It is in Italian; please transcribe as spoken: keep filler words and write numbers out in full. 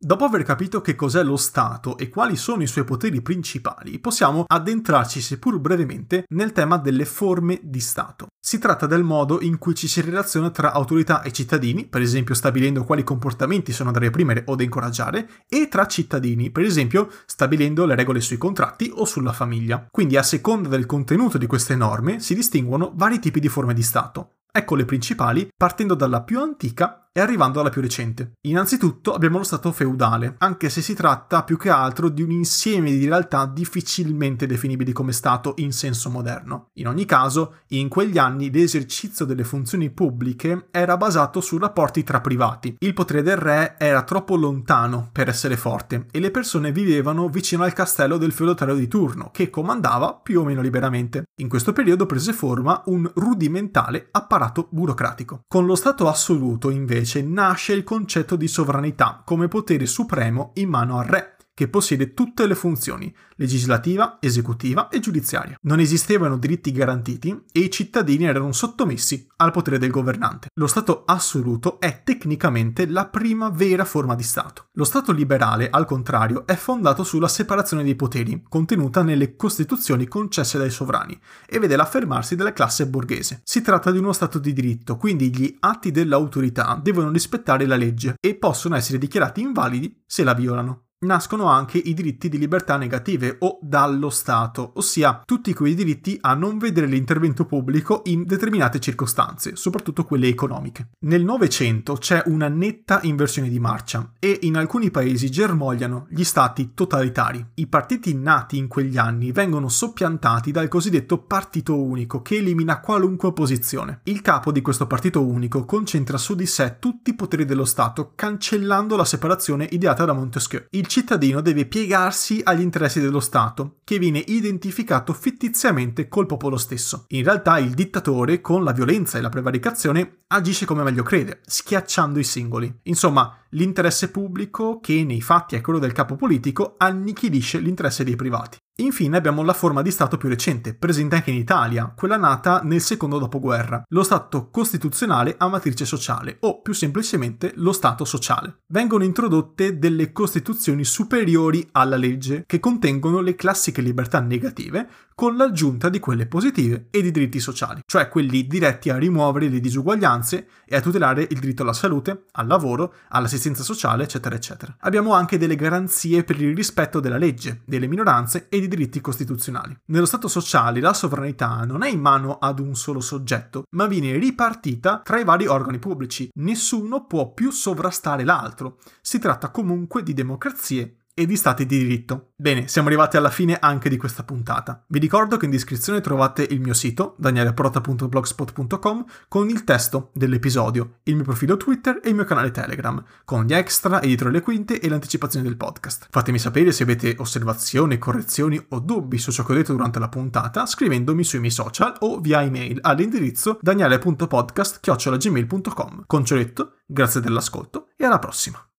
Dopo aver capito che cos'è lo Stato e quali sono i suoi poteri principali, possiamo addentrarci, seppur brevemente, nel tema delle forme di Stato. Si tratta del modo in cui ci si relaziona tra autorità e cittadini, per esempio stabilendo quali comportamenti sono da reprimere o da incoraggiare, e tra cittadini, per esempio stabilendo le regole sui contratti o sulla famiglia. Quindi a seconda del contenuto di queste norme si distinguono vari tipi di forme di Stato. Ecco le principali, partendo dalla più antica e arrivando alla più recente. Innanzitutto abbiamo lo Stato feudale, anche se si tratta più che altro di un insieme di realtà difficilmente definibili come Stato in senso moderno. In ogni caso, in quegli anni l'esercizio delle funzioni pubbliche era basato su rapporti tra privati. Il potere del re era troppo lontano per essere forte e le persone vivevano vicino al castello del feudatario di turno, che comandava più o meno liberamente. In questo periodo prese forma un rudimentale apparato burocratico. Con lo Stato assoluto, invece, nasce il concetto di sovranità come potere supremo in mano al re, che possiede tutte le funzioni, legislativa, esecutiva e giudiziaria. Non esistevano diritti garantiti e i cittadini erano sottomessi al potere del governante. Lo Stato assoluto è tecnicamente la prima vera forma di Stato. Lo Stato liberale, al contrario, è fondato sulla separazione dei poteri, contenuta nelle costituzioni concesse dai sovrani, e vede l'affermarsi della classe borghese. Si tratta di uno Stato di diritto, quindi gli atti dell'autorità devono rispettare la legge e possono essere dichiarati invalidi se la violano. Nascono anche i diritti di libertà negative o dallo Stato, ossia tutti quei diritti a non vedere l'intervento pubblico in determinate circostanze, soprattutto quelle economiche. Nel Novecento c'è una netta inversione di marcia e in alcuni paesi germogliano gli stati totalitari. I partiti nati in quegli anni vengono soppiantati dal cosiddetto partito unico, che elimina qualunque opposizione. Il capo di questo partito unico concentra su di sé tutti i poteri dello Stato, cancellando la separazione ideata da Montesquieu. Il Il cittadino deve piegarsi agli interessi dello Stato, che viene identificato fittiziamente col popolo stesso. In realtà il dittatore, con la violenza e la prevaricazione, agisce come meglio crede, schiacciando i singoli. Insomma, l'interesse pubblico, che nei fatti è quello del capo politico, annichilisce l'interesse dei privati. Infine abbiamo la forma di Stato più recente, presente anche in Italia, quella nata nel secondo dopoguerra, lo Stato costituzionale a matrice sociale, o più semplicemente lo Stato sociale. Vengono introdotte delle costituzioni superiori alla legge, che contengono le classiche libertà negative, con l'aggiunta di quelle positive e di diritti sociali, cioè quelli diretti a rimuovere le disuguaglianze e a tutelare il diritto alla salute, al lavoro, all'assistenza sociale, eccetera, eccetera. Abbiamo anche delle garanzie per il rispetto della legge, delle minoranze e di diritti costituzionali. Nello Stato sociale la sovranità non è in mano ad un solo soggetto, ma viene ripartita tra i vari organi pubblici. Nessuno può più sovrastare l'altro. Si tratta comunque di democrazie e di stati di diritto. Bene, siamo arrivati alla fine anche di questa puntata. Vi ricordo che in descrizione trovate il mio sito, danieleprota punto blogspot punto com, con il testo dell'episodio, il mio profilo Twitter e il mio canale Telegram, con gli extra e dietro le quinte e l'anticipazione del podcast. Fatemi sapere se avete osservazioni, correzioni o dubbi su ciò che ho detto durante la puntata, scrivendomi sui miei social o via email all'indirizzo daniele punto podcast chiocciola gmail punto com. Con ciò detto, grazie dell'ascolto e alla prossima!